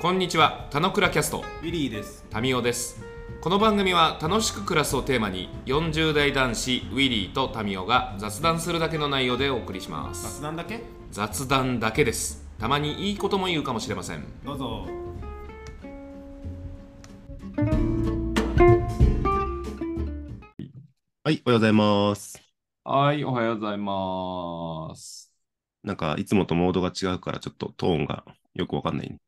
こんにちは、たのくらキャストウィリーです。 タミオです。この番組は楽しく暮らすをテーマに40代男子ウィリーとタミオが雑談するだけの内容でお送りします。 雑談だけ？ 雑談だけです。たまにいいことも言うかもしれません。 どうぞ。 はい、おはようございます。 はい、おはようございます。 なんか、いつもとモードが違うから、ちょっとトーンがよくわかんないね。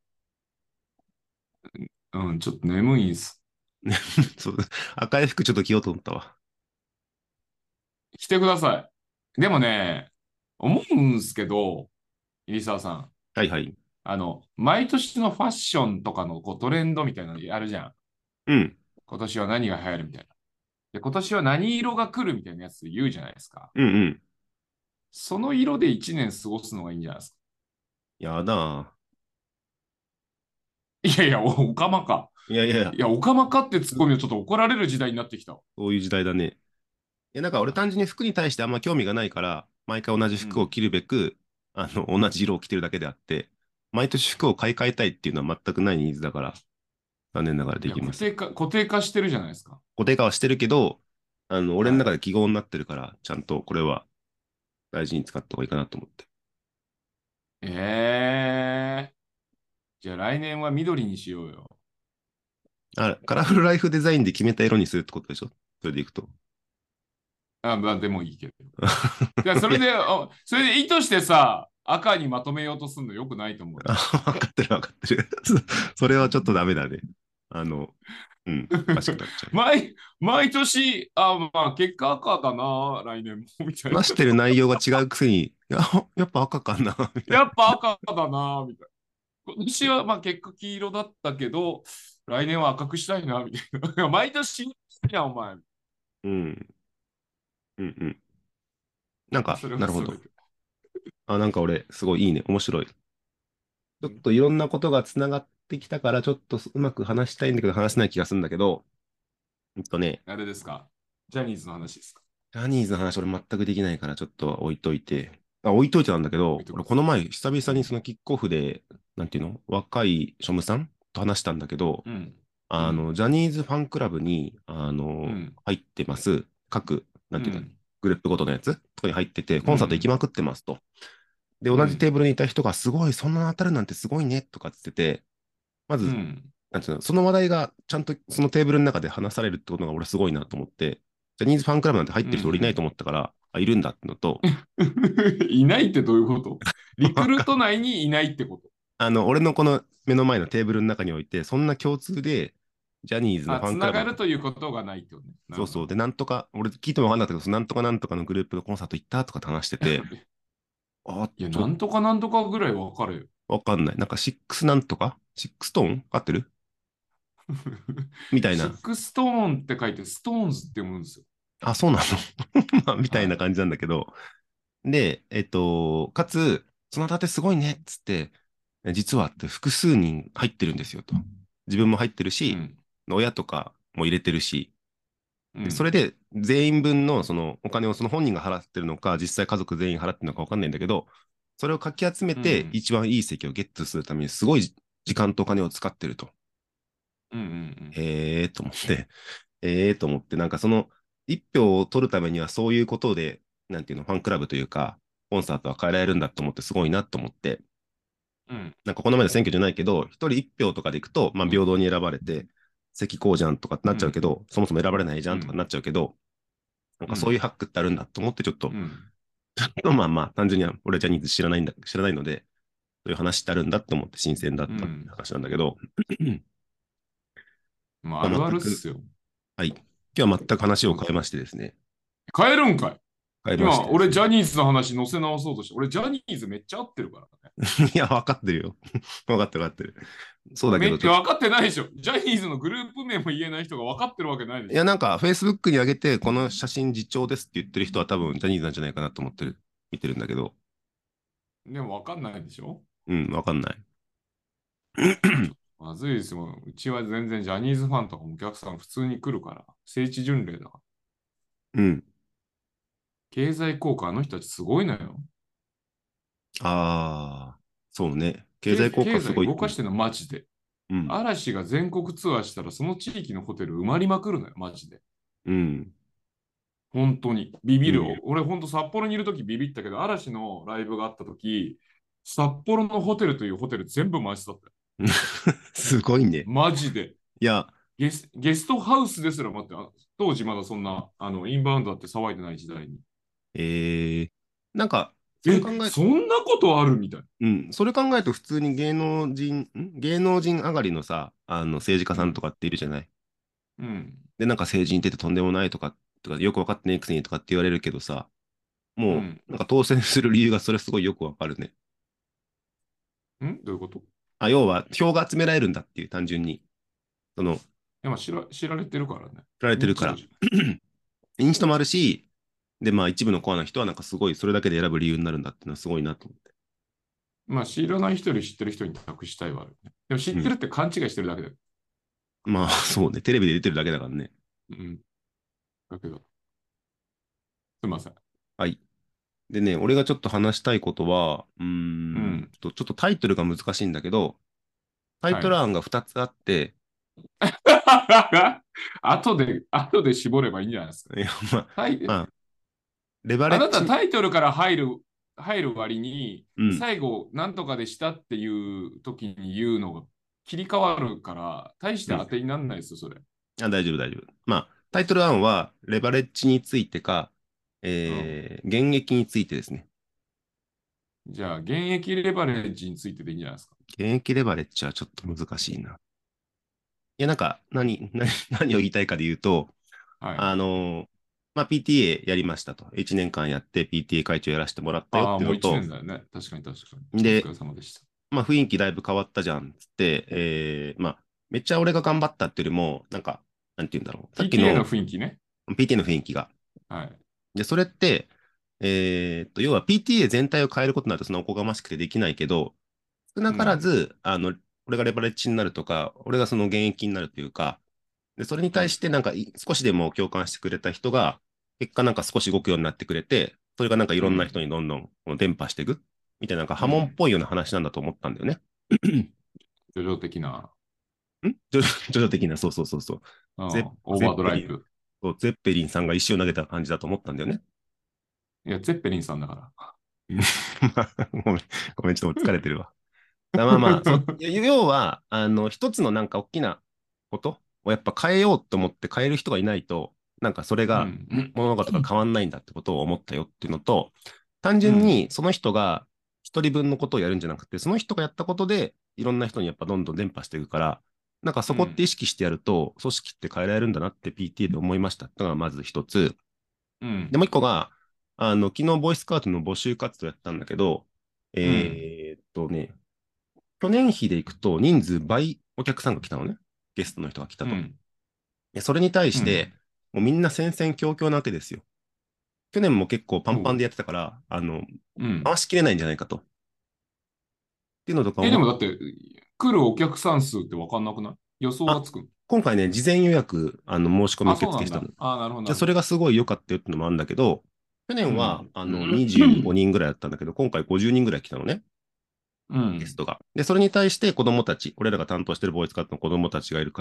ちょっと眠いんす。 そう、赤い服ちょっと着ようと思ったわ。 来てください。でもね、思うんすけど、入澤さん、 はいはい。 毎年のファッションとかのトレンドみたいなのやるじゃん。 うん、 今年は何が流行るみたいな。で、今年は何色が来るみたいなやつ言うじゃないですか。 うん、うん。 その色で一年過ごすのがいいんじゃないですか。 やだ。 いやいや、おかまか。 いやいやいや、 いや、おかまかってツッコミをちょっと怒られる時代になってきた。 そういう時代だね。なんか俺単純に服に対してあんま興味がないから、毎回同じうん。 服を着るべく、同じ色を着てるだけであって、毎年服を買い替えたいっていうのは全くないニーズだから、残念ながらいや、 できません。 固定化してるじゃないですか。 固定化はしてるけど、俺のはい。 中で記号になってるから、ちゃんとこれは大事に使った方がいいかなと思って。 じゃあ来年は緑にしようよ。 カラフルライフデザインで決めた色にするってことでしょ？それでいくと。 まあ、でもいいけど。いや、 いや、 それで意図してさ、赤にまとめようとするのよくないと思うよ。 分かってる分かってる。それはちょっとダメだね。あの、おかしくなっちゃう。 毎年、まあ、結果赤だな、来年も、みたいな。 話してる内容が違うくせに、やっぱ赤かな、みたいやっぱ赤だな、みたいな。今年はまあ結果黄色だったけど、来年は赤くしたいな、みたいな。毎年やん、お前。 な。うん、うん、うん。なんか、 それなるほど。 はそれで。 なんか俺、すごいいいね。面白い。ちょっうん。 といろんなことがつながってきたから、ちょっとうまく話したいんだけど、話せない気がするんだけど、 あれですか？ジャニーズの話ですか？ ジャニーズの話俺全くできないからちょっと置いといて、置いといてなんだけど、 置いてくださ俺この前久い。うん。 々にそのキックオフで、なんていうの若い庶務さんと話したんだけど、 うん。うん。 ジャニーズファンクラブに、 うん。 入ってます。各、なんていうのうん。 グループごとのやつとかに入ってて、コンサート行きうん。 まくってますと。で、同じテーうん。 ブルにいた人がすごい、そんな当たるなんてすごいね、とかって言ってて、まず、 うん。 なんていうの、その話題がちゃんとそのテーブルの中で話されるってことが俺すごいなと思って、ジャニーズファンクラブなんて入っうてる人俺いないとん。 思ったから、いるんだってのと、 いないってどういうこと？リクルート内にいないってこと？ 俺のこの目の前のテーブルの中において、そんな共通で、ジャニーズのあ、 ファンクラブの、 つながるということがないってことね。なるほど。 そうそう、で、なんとか、俺聞いても分かんなかったけど、なんとかなんとかのグループのコンサート行ったとかって話してて、 いや、 ちょっとなんとかなんとかぐらいわかるよ。 わかんない。なんか、シックスなんとかシックストーン合ってるみたいな。 シックストーンって書いて、ストーンズって読むんですよ。 あ、そうなのまあみたいはい。 な感じなんだけど、で、かつ、その盾すごいねっつって、実はって複数人入ってるんですよと。自分も入ってるし、 うん。 親とかも入れてるし、でそれうん。 で全員分のそのお金をその本人が払ってるのか、実際家族全員払ってるのか分かんないんだけど、それをかき集めてうん。 一番いい席をゲットするためにすごい時間とお金を使ってると。 うん。うん。 へえーと思って、なんかその一票を取るためにはそういうことで、なんていうの、ファンクラブというか、コンサートは変えられるんだと思ってすごいなと思って、 うん。 なんかこの前の選挙じゃないけど、一人一票とかでいくと、まあうん。 平等に選ばれて、席こうじゃんとかってなうん。 っちゃうけど、そもそも選ばれないじゃんとかなっうん。 ちゃうけど、なんかそういううん。 ハックってあるんだと思って、 うん。 ちょっとまあまあ、単純には俺はジャニーズ知らないので、そういう話ってあるんだと思って新鮮だったってうん。 話なんだけど、 まあ、あまあ、 るある全く、 っすよ。 はい。今日は全く話をそう。 変えましてですね、 変えるんかい？ 変えまし今、俺、 てですね。 ジャニーズの話載せ直そうとして、俺、ジャニーズめっちゃ合ってるからね。 いや、分かってるよ。分かってる分かってる。そうだけど、ちょっと、 分かってないでしょ。ジャニーズのグループ名も言えない人が分かってるわけないでしょ。 いや、なんか、Facebook に上げて、この写真実調ですって言ってる人は多分ジャニーズなんじゃないかなと思ってる、見てるんだけど、 でも分かんないでしょ。 うん、分かんない。 ちょっとまずいですよ。うちは全然ジャニーズファンとかもお客さん普通に来るから、聖地巡礼だから。 うん。 経済効果あの人たちすごいのよ。 ああ、そうね。経済効果経すごいっていう。 済動かしてるのマジで。 うん。 嵐が全国ツアーしたら、その地域のホテル埋まりまくるのよ、マジで。 うん。 本当に。ビビうん。 る。俺、本当札幌にいるときビビったけど、嵐のライブがあったとき、札幌のホテルというホテル全部満室だったよ。 すごいね。 マジで。 いや、 ゲストハウスですら待って、当時まだそんな、インバウンドだって騒いでない時代に。 ー、なんか、それ考え、 そんなことあるみたいな。 うん、それ考えると普通に芸能人上がりのさ、政治家さんとうん。 かっているじゃない。 うん。 で、なんか政治に出てとんでもないとかよくわかってねえくせにとかって言われるけどさ、もうん。 う、なんか当選する理由がそれすごいよくわかるね。 どういうこと？いあ、要は、票が集められるんだっていう、単純に。その、 や、まあ知られてるからね。 振られてるから。 認知度じ認知度もあるし、で、まあ一部のコアな人はなんかすごい、それだけで選ぶ理由になるんだっていうのはすごいなと思って。 ゃん。まあ知らない人より知ってる人に託したいはあるね。でも知っうん。 てるって勘違いしてるだけだよ。 まあそうね、テレビで出てるだけだからね。 うん。だけど、すいません。 はい。でね、俺がちょっと話したいことは、 うん。 ちょっとタイトルが難しいんだけど、タイはい。 トル案が2つあって、 後で絞ればいいんじゃないですか。 いや、まあ、 タイ、 まあ、レバレあなたッジ、 タイトルから入る割に、 うん。 最後、なんとかでしたっていう時に言うのが切り替わるから、大してうん。 当てにならないですよ、それ。 あ、大丈夫、大丈夫。まあ、タイトル案は、レバレッジについてか、 うん。 現役についてですね。 じゃあ、現役レバレッジについてでいいんじゃないですか。 現役レバレッジはちょっと難しいな。いや、なんか、何を言いたいかで言うと、 はい。 あのまあ、PTA やりましたと。1年間やって PTA 会長やらせてもらったよっああ、もう一ていうのと、 年だよね。確かに確かに。お疲で、 れ様でした。 まあ、雰囲気だいぶ変わったじゃんっつって、まあ、めっちゃ俺が頑張ったっていうよりも、なんか、なんて言うんだろう。さっき PTA のの雰囲気ね。 PTA の雰囲気が。 はい。 で、それって、要は PTA 全体を変えることになるとそんなおこがましくてできないけど、少なからうん。 ず、俺がレバレッジになるとか、俺がその現役になるというか、で、それにうん。 対してなんか少しでも共感してくれた人が、結果なんか少し動くようになってくれて、それがなんかいろんな人うん。 にどんどんこの伝播していく、みたいななんか波紋っうん。 ぽいような話なんだと思ったんだよね。 叙情的な、 徐々的な、そうそうそうそう。 うん、オーバードゼッペリン、 ライブ。 そうゼッペリンさんが石を投げた感じだと思ったんだよね。 いや、ゼッペリンさんだから。 うんまあごめん、ちょっと疲れてるわ。まあまあ、要は、一つのなんか大きなことをやっぱ変えようと思って変える人がいないと、なんかそれうがん。 物事が変わんないんだってことを思ったよっていうのと、単うん。 純にその人が一人分のことをやるんじゃなくて、その人がやったことでいろんな人にやっぱどんどん伝播していくから、なんかそこってうん。 意識してやると、組織って変えられるんだなって PTA で思いましたってのがまず一つ。で、 うん。 もう一個が、昨日ボイスカードの募集活動やったんだけど、 うん。 去年比でいくと人数倍お客さんが来たのね。ゲストの人が来たと。 うん。 でそれに対して、 うん。 もうみんな戦々恐々なわけですよ。去年も結構パンパンおう。 でやってたから、 うん。 回しきれないんじゃないかと。っていうのとかでもだって、来るお客さん数って分かんなくない？予想があ、 つく。 今回ね、事前予約、申し込みあ、 受そうなんだ。 付したの。 あ、なるほど、 じゃあ、そなるほど。 れがすごい良かったよってのもあるんだけど、去年は、 うん。 25人ぐらいだったんだけど、今回50人ぐらい来たのね。 うん。 ゲストが。で、それに対して子供たち、俺らが担当してるボーイスカットの子供たちがいるから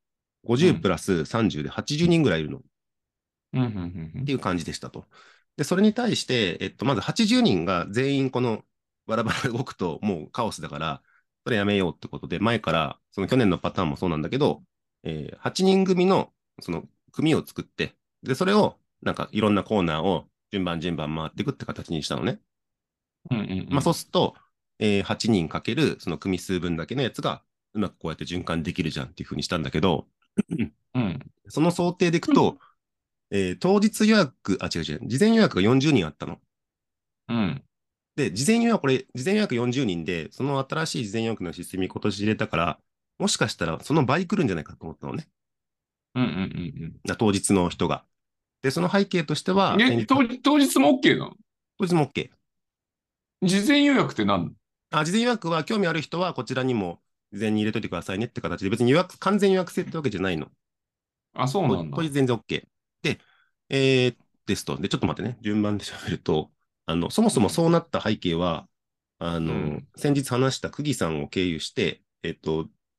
、50プうん。 ラス30で80人ぐらいいるのっうん。うん。うん。 ていう感じでしたと。で、それに対して、まず80人が全員このバラバラで動くともうカオスだから、それやめようってことで、前から、その去年のパターンもそうなんだけど、8人組のその組を作って、で、それをなんかいろんなコーナーを順番回っていくって形にしたのね。 うん。うまあそうん。 すると、8人かけるその組数分だけのやつがうまくこうやって循環できるじゃんっていうふうにしたんだけど、 うん。 その想定でいくと、当日予約、あ、違う違う、事前予約が40人あったの。 うん。 で、事前予約40人で、その新しい事前予約のシステムに今年入れたから、もしかしたらその倍来るんじゃないかと思ったのね。 うん。うん。 当日の人が。で、その背景としては、 当日も OK なの？ 当日も OK。 事前予約って何？ 事前予約は興味ある人はこちらにも事前に入れといてくださいねって形で、別に完全予約制ってわけじゃないの。 あ、そうなんだ。 当日全然 OK。で、えーですと。で、ちょっと待ってね。順番で喋ると、そもそもうん。 そうなった背景は、 うん。 先日話した久喜さんを経由して、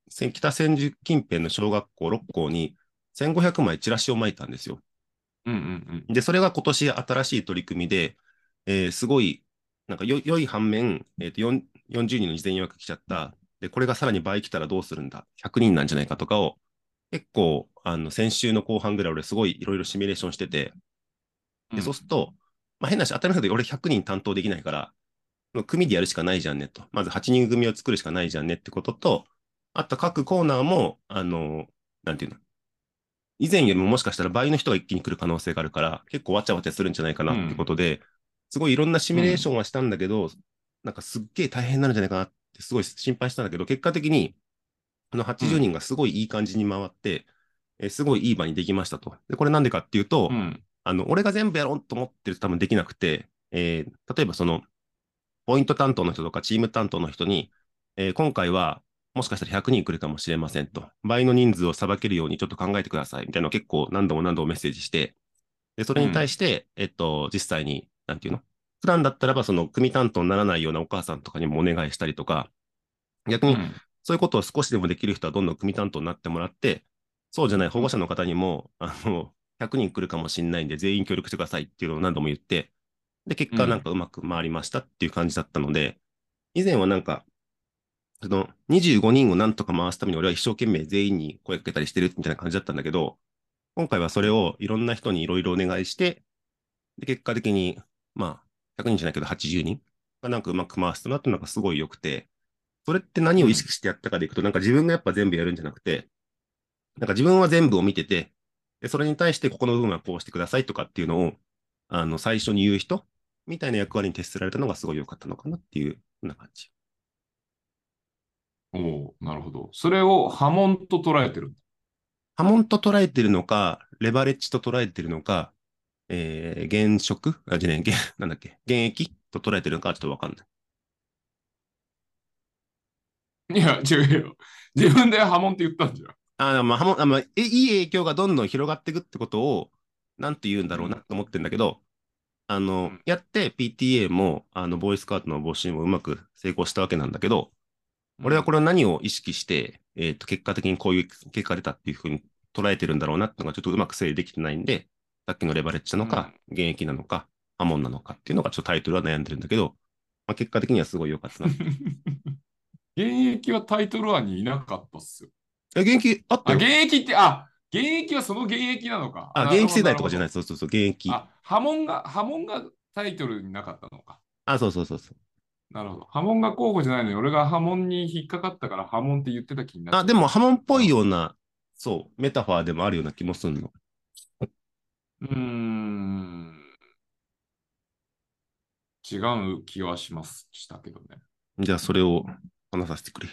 北千住近辺の小学校6校に1500枚チラシを巻いたんですよ。 うんうんで、それが今年新しい取り組みで、すごい、なんか良い反面、40人の事前予約来ちゃった。で、これがさらに倍来たらどうするんだ？ 100 人なんじゃないかとかを、結構、先週の後半ぐらい俺すごいいろいろシミュレーションしてて、で、そううん。 すると、まあ、変な話、当たり前だけど俺100人担当できないから、組でやるしかないじゃんねと。まず8人組を作るしかないじゃんねってことと、あと各コーナーも、なんていうの、以前よりももしかしたら倍の人が一気に来る可能性があるから、結構わちゃわちゃするんじゃないかなってこうん。 とで、すごいいろんなシミュレーショうん。 ンはしたんだけど、なんかすっげえ大変になるんじゃないかなってすごい心配したんだけど、結果的に、この80人うん。 がすごいいい感じに回って、すごいいい場にできましたと。で、これなんでかっていうと、 うん。 俺が全部やろうと思ってると多分できなくて、例えばその、ポイント担当の人とかチーム担当の人に、今回はもしかしたら100人来るかもしれませんと。倍の人数をさばけるようにちょっと考えてくださいみたいなのを結構何度も何度もメッセージして、で、それに対うん。 して、実際に、なんていうの、普段だったらばその組担当にならないようなお母さんとかにもお願いしたりとか、逆にうん。 そういうことを少しでもできる人はどんどん組担当になってもらって、そうじゃない保護者の方にも、100人来るかもしれないんで全員協力してくださいっていうのを何度も言って、で、結果なんうん。 かうまく回りましたっていう感じだったので、以前はなんか、その25人をなんとか回すために俺は一生懸命全員に声かけたりしてるみたいな感じだったんだけど、今回はそれをいろんな人にいろいろお願いして、で、結果的に、まあ、100人じゃないけど80人がなんかうまく回すとなってなんかすごい良くて、それって何を意うん。 識してやったかでいくと、なんか自分がやっぱ全部やるんじゃなくて、なんか自分は全部を見てて、で、それに対してここの部分はこうしてくださいとかっていうのを、最初に言う人みたいな役割に徹せられたのがすごい良かったのかなっていうような感じ。 おお、なるほど。それを波紋と捉えてる。 波紋と捉えてるのか、レバレッジと捉えてるのか、現職あ、じゃねえ、なんだっけ、現役と捉えてるのかはちょっとわかんない。 いや、違うよ。自分で波紋って言ったんじゃん。 まあ、波紋、まあ、いい影響がどんどん広がっていくってことを、なんて言うんだろうなうん。 と思ってるんだけど、 うん。 やって PTA も、ボーイスカウトの募集もうまく成功したわけなんだけど、俺はこうん。 れを何を意識して、結果的にこういう結果が出たっていうふうに捉えてるんだろうなっていうのがちょっとうまく整理できてないんで、さっきのレバレッジなのか、 うん。 現役なのか、ハモンなのかっていうのがちょっとタイトルは悩んでるんだけど、まあ、結果的にはすごい良かったな。 現役はタイトル案にいなかったっすよ。 現役あったあ、現よ。 役って、あ、現役はその現役なのか。あ、 現役なるほど、 世代とかじゃない。 なるほど。 そうそうそう、現役。 あ、波紋がタイトルになかったのか。 そうそうそうそう。 なるほど。波紋が候補じゃないのに、俺が波紋に引っかかったから波紋って言ってた気になっちゃでも、 った。 波紋っぽなるほど。 いような、そう、メタファーでもあるような気もするの。 うーん。違う気はしたけどね。 じゃあ、それを話させてくれ。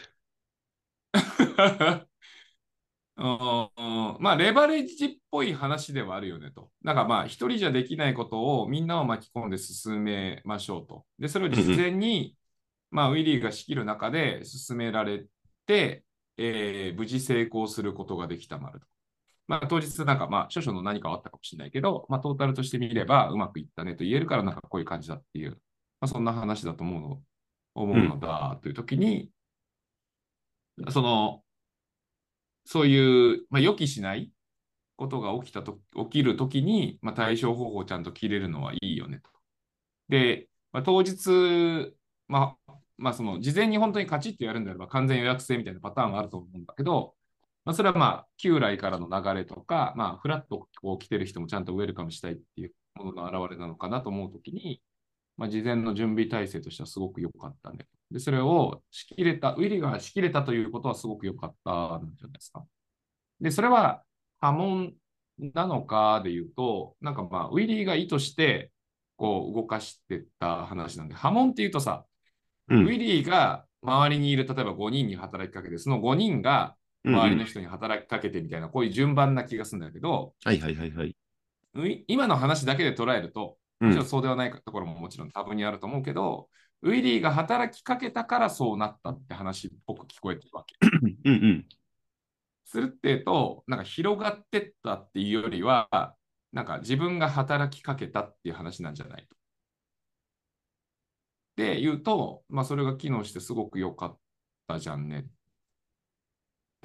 まあ、レバレッジっぽい話ではあるよねと。なんかまあ、一人じゃできないことをみんなを巻き込んで進めましょうと。で、それを事うんうん。 前に、まあ、ウィリーが仕切る中で進められて、無事成功することができたまると。まあ、当日なんかまあ、少々の何かはあったかもしれないけど、まあ、トータルとして見ればうまくいったねと言えるから、なんかこういう感じだっていう、まあ、そんな話だと思うのうん。 だという時に、その、そういう、まあ、予期しないことが起きるときに、まあ、対処方法をちゃんと切れるのはいいよねと。で、まあ、当日、その事前に本当にカチッとやるんであれば完全予約制みたいなパターンがあると思うんだけど、まあ、それはまあ旧来からの流れとか、まあ、フラッとこう来てる人もちゃんとウェルカムしたいっていうものの表れなのかなと思うときに、まあ、事前の準備体制としてはすごく良かったね。で、それを仕切れた、ウィリが仕切れたということはすごく良かったんじゃないですか。で、それは波紋なのかで言うと、なんかまあ、ウィリーが意図して、こう動かしてった話なんで、波紋って言うとさ、 うん。 ウィリーが周りにいる、例えば5人に働きかけて、その5人がうんうん。 周りの人に働きかけてみたいな、こういう順番な気がするんだけど、 はいはいはいはい。 今の話だけで捉えると、もちろんうん。 そうではないところももちろん多分にあると思うけど、ウィリーが働きかけたからそうなったって話っぽく聞こえてるわけ。 うんうん。 するっていうと、なんか広がってったっていうよりは、なんか自分が働きかけたっていう話なんじゃないと。で言うと、まあそれが機能してすごく良かったじゃんね。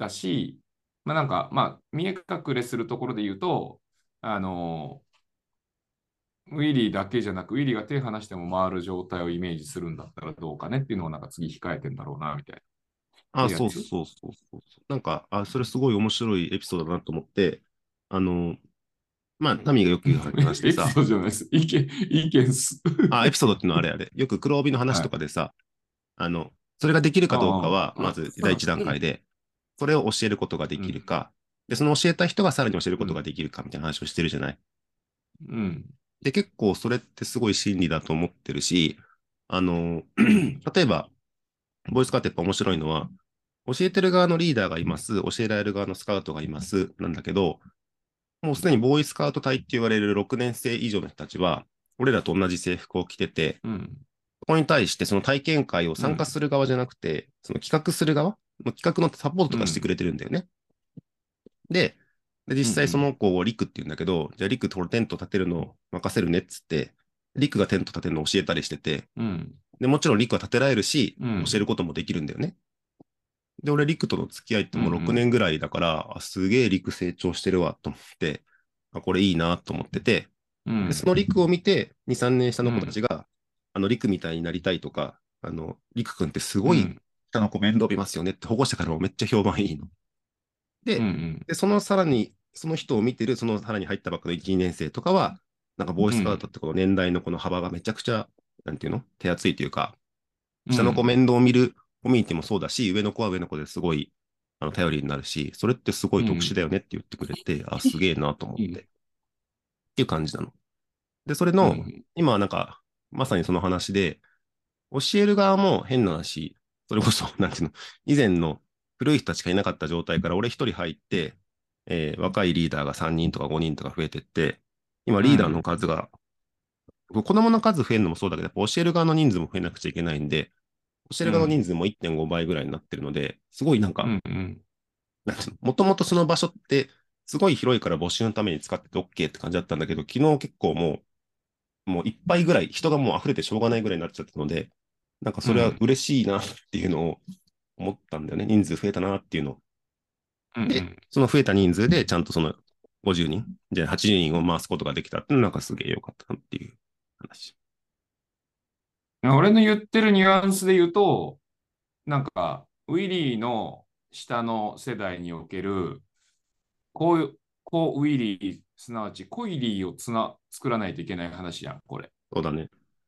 だし、まあなんか、まあ見え隠れするところで言うと、あの、ウィリーだけじゃなく、ウィリーが手離しても回る状態をイメージするんだったらどうかねっていうのをなんか次控えてんだろうな、みたいな。っあ、そうてやつ。 そうそうそう。なんか、それすごい面白いエピソードだなと思って、あの、まあ、タミーがよく言う話でさ、 エピソードじゃないです。意見っす。 エピソードっていうのはあれあれ、よく黒帯の話はい。 とかでさ、あの、それができるかどうかは、まあず第一段階で、それを教えることがでうん。 きるか、で、その教えた人がさらに教えることがうん。 できるかみたいな話をしてるじゃない。 うん。 で、結構それってすごい真理だと思ってるし、あの、 うん。 例えば、ボイスカーってやっぱ面白いのは、教えてる側のリーダーがいます、教えられる側のスカウトがいます、なんだけど、もうすでにボーイスカウト隊って言われる6年生以上の人たちは、俺らと同じ制服を着てて、 うん。 そこに対してその体験会を参加うん。 する側じゃなくて、その企画する側の企画のサポートうん。 とかしてくれてるんだよね。で、実うん。 際その子をリクって言うんだけど、じゃあリクこれテント立てるの任せるねっつって、リクがテント立てるの教えたりしてて、 うん。 で、もちろんリクは立てられるし、教えるうん。 こともできるんだよね。で、俺、リクとの付き合いってうん。うもう6年ん。 ぐらいだから、すげえリク成長してるわと思って、これいいなと思ってて、で、そうん。 のリクを見て、2、3年下の子たうん。 ちが、リクみたいになりたいとか、リク君ってすごいうん。 下の子面倒見ますよねって保護者からもめっちゃ評判いいの。で、 うん。 そのさらに、その人を見てる、そのさらに入ったばっかの1、2年生とかは、なんかボーイスカウトってこの年代のこの幅がめちゃくちゃ、なんていうの手厚いというか、下の子うん。 面倒を見るコミュニティもそうだし、上の子は上の子ですごい頼りになるし、それってすごい特殊だよねって言ってくれて、すげえなと思って。っていう感じなの。で、それの、 うん。 今はなんか、まさにその話で、教える側も変な話、それこそ、なんていうの、以前の古い人たちがいなかった状態から俺一人入って、若いリーダーが3人とか5人とか増えてって、今リーダーのうん。 数が、子供の数増えるのもそうだけど、やっぱ教える側の人数も増えなくちゃいけないんで、教える側の人うん。 数も1.5倍ぐらいになってるので、すごいなんか、 うん。うん。 もともとその場所って、すごい広いから募集のために使ってて OK って感じだったんだけど、昨日結構もういっぱいぐらい、人がもう溢れてしょうがないぐらいになっちゃったので、なんかそれはうん。 嬉しいなっていうのを思ったんだよね。人数増えたなっていうの。で、 うん。 その増えた人数でちゃんとその50人、じゃあ80人を回すことができたっていうのなんかすげえ良かったなっていう話。 俺の言ってるニュアンスで言うと、なんか、ウィリーの下の世代における、こういう、こうウィリー、すなわちコイリーを作らないといけない話やん、これ。 そうだね。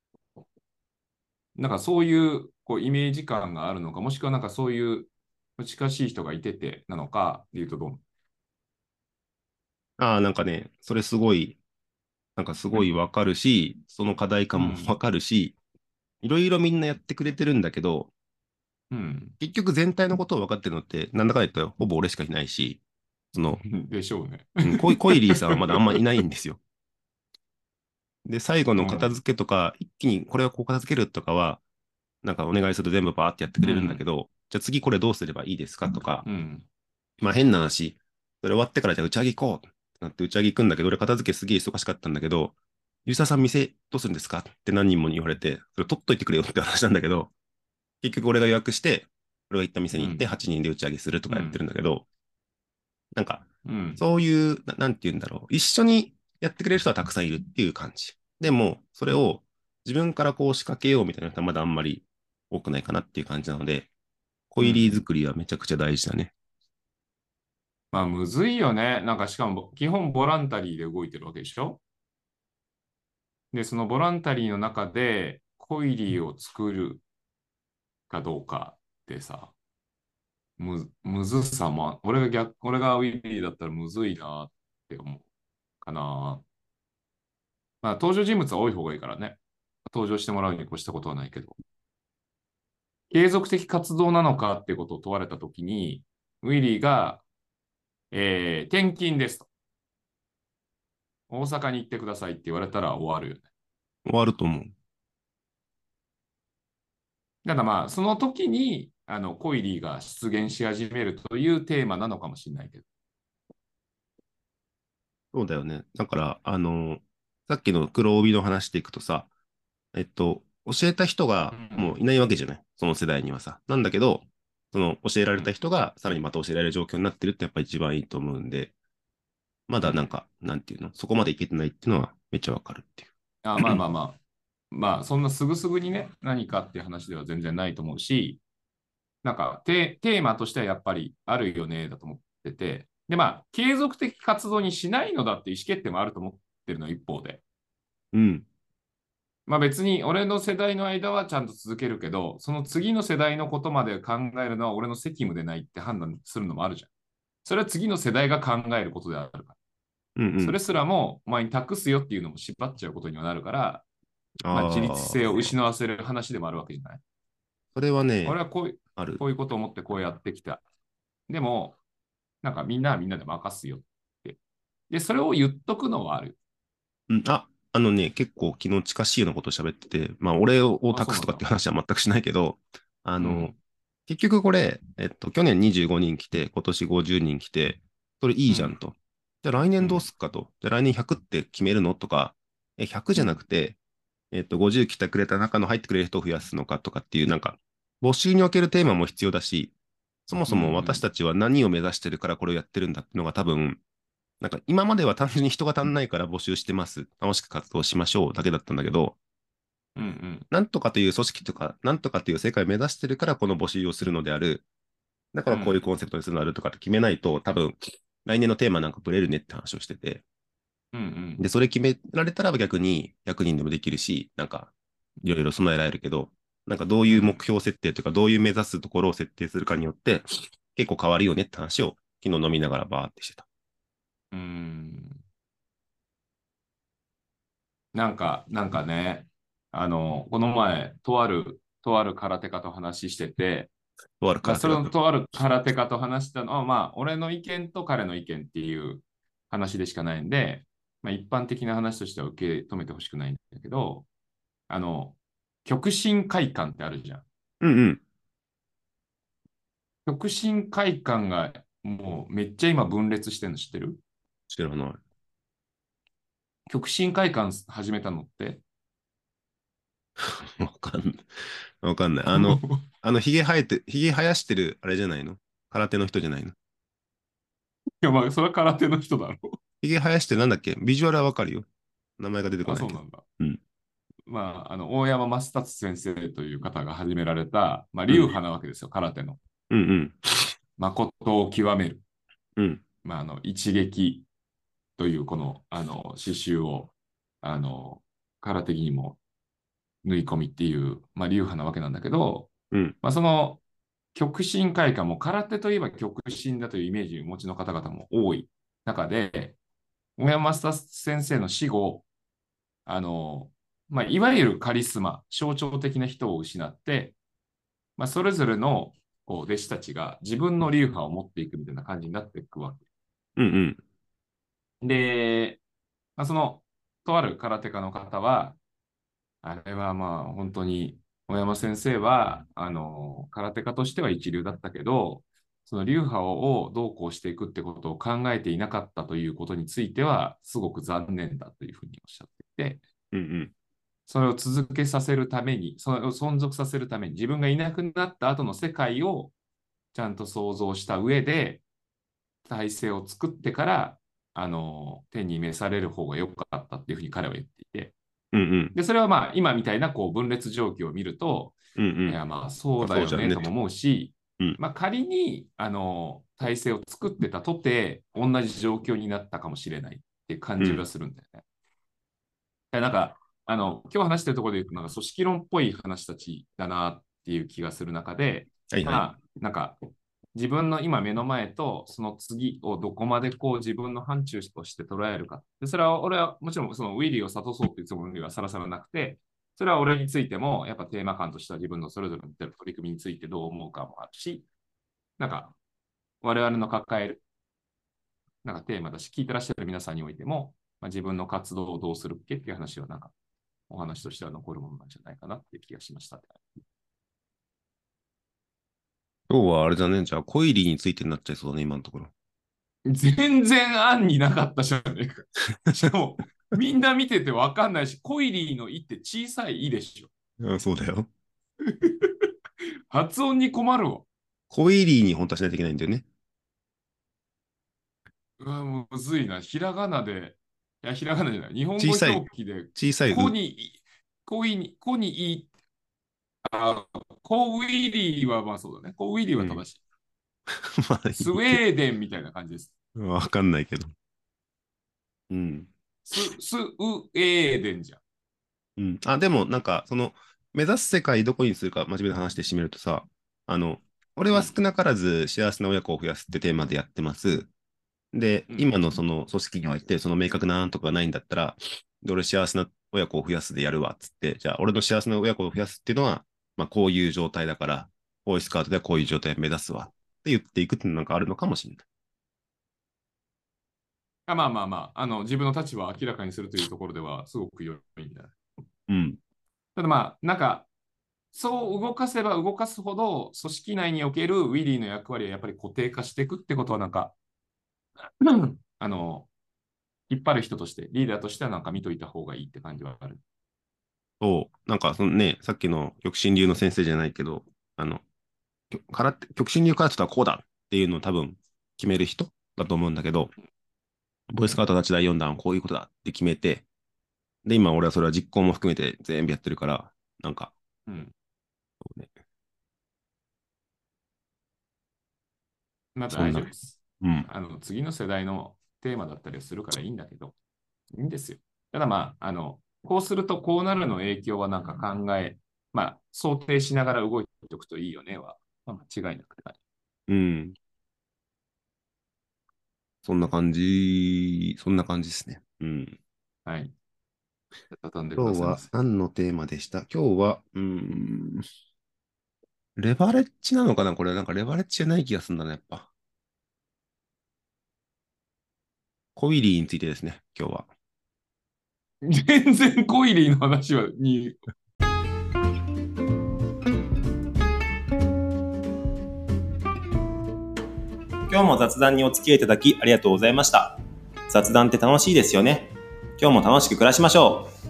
なんかそういう、こうイメージ感があるのか、もしくはなんかそういう近しい人がいててなのかで言うとどう？ なんかね、それすごい、なんかすうん。 ごいわかるし、その課題感もわうん。 かるし、いろいろみんなやってくれてるんだけど、 うん。 結局全体のことを分かってるのって、なんだかんだ言ったらほぼ俺しかいないし、その、 でしょうね。 コイリーさんはまだあんまいないんですよ。で、最後の片うん。 付けとか、一気にこれはこう片付けるとかは、なんかお願いすると全部バーってやってくれるんだけうん。 ど、じゃあ次これどうすればいいですかとか、 うん。 まあ変な話、それ終わってからじゃあ打ち上げ行こうってなって打ち上げ行くんだけど、俺片付けすげえ忙しかったんだけど、ユーザーさん店どうするんですかって何人もに言われて、それ取っといてくれよって話なんだけど、結局俺が予約して、俺が行った店に行ってうん。 8人で打ち上げするとかやってるんうん。 だけど、なんか、 うん。 そういう、なんて言うんだろう。一緒にやってくれる人はたくさんいるっていう感じ。でも、それを自分からこう仕掛けようみたいな人はまだあんまり多くないかなっていう感じなので、コイリーうん。 作りはめちゃくちゃ大事だね。 まあ、むずいよね。なんか、しかも、基本ボランタリーで動いてるわけでしょ？で、そのボランタリーの中で、コイリーを作るかどうかってさ、むずさも、俺がウィリーだったらむずいなって思うかな。まあ、登場人物は多い方がいいからね。登場してもらうに越したことはないけど。継続的活動なのかっていうことを問われたときに、ウィリーが、転勤ですと。大阪に行ってくださいって言われたら終わるよね。 終わると思う。 ただまあ、その時に、コイリーが出現し始めるというテーマなのかもしれないけど。 そうだよね。だから、さっきの黒帯の話でいくとさ、教えた人がもういうん。 ないわけじゃない。その世代にはさ。なんだけど、 その教えられたうん。 人がさらにまた教えられる状況になってるってやっぱ一番いいと思うんで、まうん。 だなんか、なんていうの、そこまでいけてないっていうのはめっちゃわかるっていう。 あ、まあまあまあ。まあ、そんなすぐすぐにね、何かっていう話では全然ないと思うし、なんかテーマとしてはやっぱりあるよね、だと思ってて、で、まあ、継続的活動にしないのだっていう意思決定もあると思ってるの一方で、 うん。 まあ別に俺の世代の間はちゃんと続けるけど、その次の世代のことまで考えるのは俺の責務でないって判断するのもあるじゃん。それは次の世代が考えることであるから。 うんうん。 それすらもお前に託すよっていうのも縛っちゃうことにはなるから、まあ自立性をああ、 失わせる話でもあるわけじゃない。 それはね、 俺はある。 こういうことを思ってこうやってきた。でも、なんかみんなはみんなで任すよって。で、それを言っとくのはある。 うん、あのね、結構昨日近しいようなことを喋ってて、まあ、俺をあ、 託すとかっそうなんだ。 ていう話は全くしないけど、あの、 うん。 結局これ、去年25人来て、今年50人来て、それいいうん。 じゃんと。じゃあ来年どううん。 すっかと。じゃあ来年100って決めるのとか、100じゃなうん。 くて、50来てくれた中の入ってくれる人を増やすのかとかっていう、なんか、募集におけるテーマも必要だし、そもうん。 そも私たちは何を目指してるからこれをやってるんだっていうのが多分、なんか今までは単純に人が足んないから募集してます。楽しく活動しましょうだけだったんだけど、 うん。うん。 なんとかという組織とか、なんとかという世界を目指してるからこの募集をするのである。だからこういううん。 コンセプトにするのであるとかって決めないと、多分、来年のテーマなんかブレるねって話をしてて。 うん。うん。 で、それ決められたら逆に100人でもできるし、なんか、いろいろ備えられるけど、なんかどういう目うん。 標設定というか、どういう目指すところを設定するかによって、結構変わるよねって話を昨日飲みながらバーってしてた。 うん。なんかね、この前、とある空手家と話してて、 とあるまあ、それの空手方。 とある空手家と話したのは、まあ、俺の意見と彼の意見っていう話でしかないんで、まあ、一般的な話としては受け止めてほしくないんだけど、あの、極真会館ってあるじゃん。 うんうん。 極真会館がもうめっちゃ今分裂してるの知ってる？ 知らない。 極真会館始めたのって？ わかんない。わかんない。 いひげ生やしてる、あれじゃないの？空手の人じゃないの？ や、まあ、それは空手の人だろう。 ひげ生やしてなんだっけ？ビジュアルはわかるよ。名前が出てこあ、 ないけど。 そうなんだ。 うん。 まあ、大山増達先生という方が始められた、まあ、流うん。 派なわけですよ、空手の。 うんうん。 誠を極める。 うん。 まあ、一撃というこの、刺繍を、あの、空手着にも縫い込みっていう、まあ、流派なわけなんだけど、 うん。 まあ、その、極真会館も空手といえば極真だというイメージをお持ちの方々も多い中で、大山増達先生の死後、あの、まあ、いわゆるカリスマ、象徴的な人を失って、まあ、それぞれのこう弟子たちが自分の流派を持っていくみたいな感じになっていくわけ。 うんうん。 で、まあ、その、とある空手家の方は、あれはまあ本当に、小山先生は、空手家としては一流だったけど、その流派をどうこうしていくってことを考えていなかったということについては、すごく残念だというふうにおっしゃっていて、 うんうん。 それを続けさせるために、それを存続させるために、自分がいなくなった後の世界をちゃんと想像した上で、体制を作ってから、天に召される方が良かったっていうふうに彼は言っていて、 うんうん。 で、それはまあ、今みたいなこう分裂状況を見ると、 うんうん。 いや、まあ、そうだそうよじゃんねと。 ねとも思うし、 うん。 まあ、仮に、体制を作ってたとて、同じ状況になったかもしれないって感うん。 じはするんだよね。なんか、今日話してるところで言うと、なんか組織論っぽい話たちだなっていう気がする中で、 はいはい。 まあ、なんか、自分の今目の前とその次をどこまでこう自分の範疇として捉えるか。で、それは俺はもちろんそのウィリーを諭そうっていうつもりはさらさらなくて、それは俺についてもやっぱテーマ感としては自分のそれぞれの取り組みについてどう思うかもあるし、なんか我々の抱えるなんかテーマだし、聞いてらっしゃる皆さんにおいても、まあ、自分の活動をどうするっけっていう話はなんかお話としては残るものなんじゃないかなっていう気がしました。 今日はあれだね。じゃあ、コイリーについてになっちゃいそうだね、今のところ。 全然案になかったじゃねえか。しかも、みんな見ててわかんないし、コイリーの「い」って小さい「い」でしょ。 うん、そうだよ。 発音に困るわ。 コイリーに本当はしないといけないんだよね。 うわ、むずいな。ひらがなで、いや、ひらがなじゃない。日本語小さい、 表記で、 小さいう、 こに、こにい、あ、コウィリーはまあそうだね。コウィリーうん。 は正しい。 まあいスウいけど。 ェーデンみたいな感じです。 わかんないけど。うん。 スウェーデンじゃん。 うん。あ、でも、なんか、目指す世界どこにするか真面目な話で締めるとさ、あの、俺うん、 は少なからず幸せな親子を増やすってテーマでやってます。で、 うん。 今のその組織において、その明確な案とかがないんだったら、で俺幸せな親子を増やすでやるわ、っつって、じゃあ、俺の幸せな親子を増やすっていうのは、まあ、こういう状態だから、ボーイスカートではこういう状態を目指すわ、って言っていくっていうのなんかあるのかもしれない。 あ、まあまあまあ、自分の立場を明らかにするというところではすごく良いんだ。 うん。 ただまあ、なんか、そう動かせば動かすほど、組織内におけるウィリーの役割はやっぱり固定化していくってことは、なんか、引っ張る人として、リーダーとしてはなんか見といた方がいいって感じはある。 そう、なんかそのね、さっきの極真流の先生じゃないけど、あの、極真流空手とはこうだっていうのを多分決める人だと思うんだけど、ボーイスカートたち第4弾はこういうことだって決めて、で、今俺はそれは実行も含めて全部やってるから、なんか、 うん。 そうね、 まあそんな、 大丈夫です。 うん、 次の世代のテーマだったりするからいいんだけど、いいんですよ。ただまあ、こうするとこうなるの影響はなんか考え、まあ、想定しながら動いておくといいよねは、まあ、間違いなくて。 うん、そんな感じですね。うん。 はい。畳んでく今日ださいませ。 は何のテーマでした？今日は、レバレッジなのかなこれ、なんかレバレッジじゃない気がするんだね、やっぱ。コイリーについてですね、今日は。 全然コイリーの話は、 今日も雑談にお付き合いいただきありがとうございました。雑談って楽しいですよね。今日も楽しく暮らしましょう。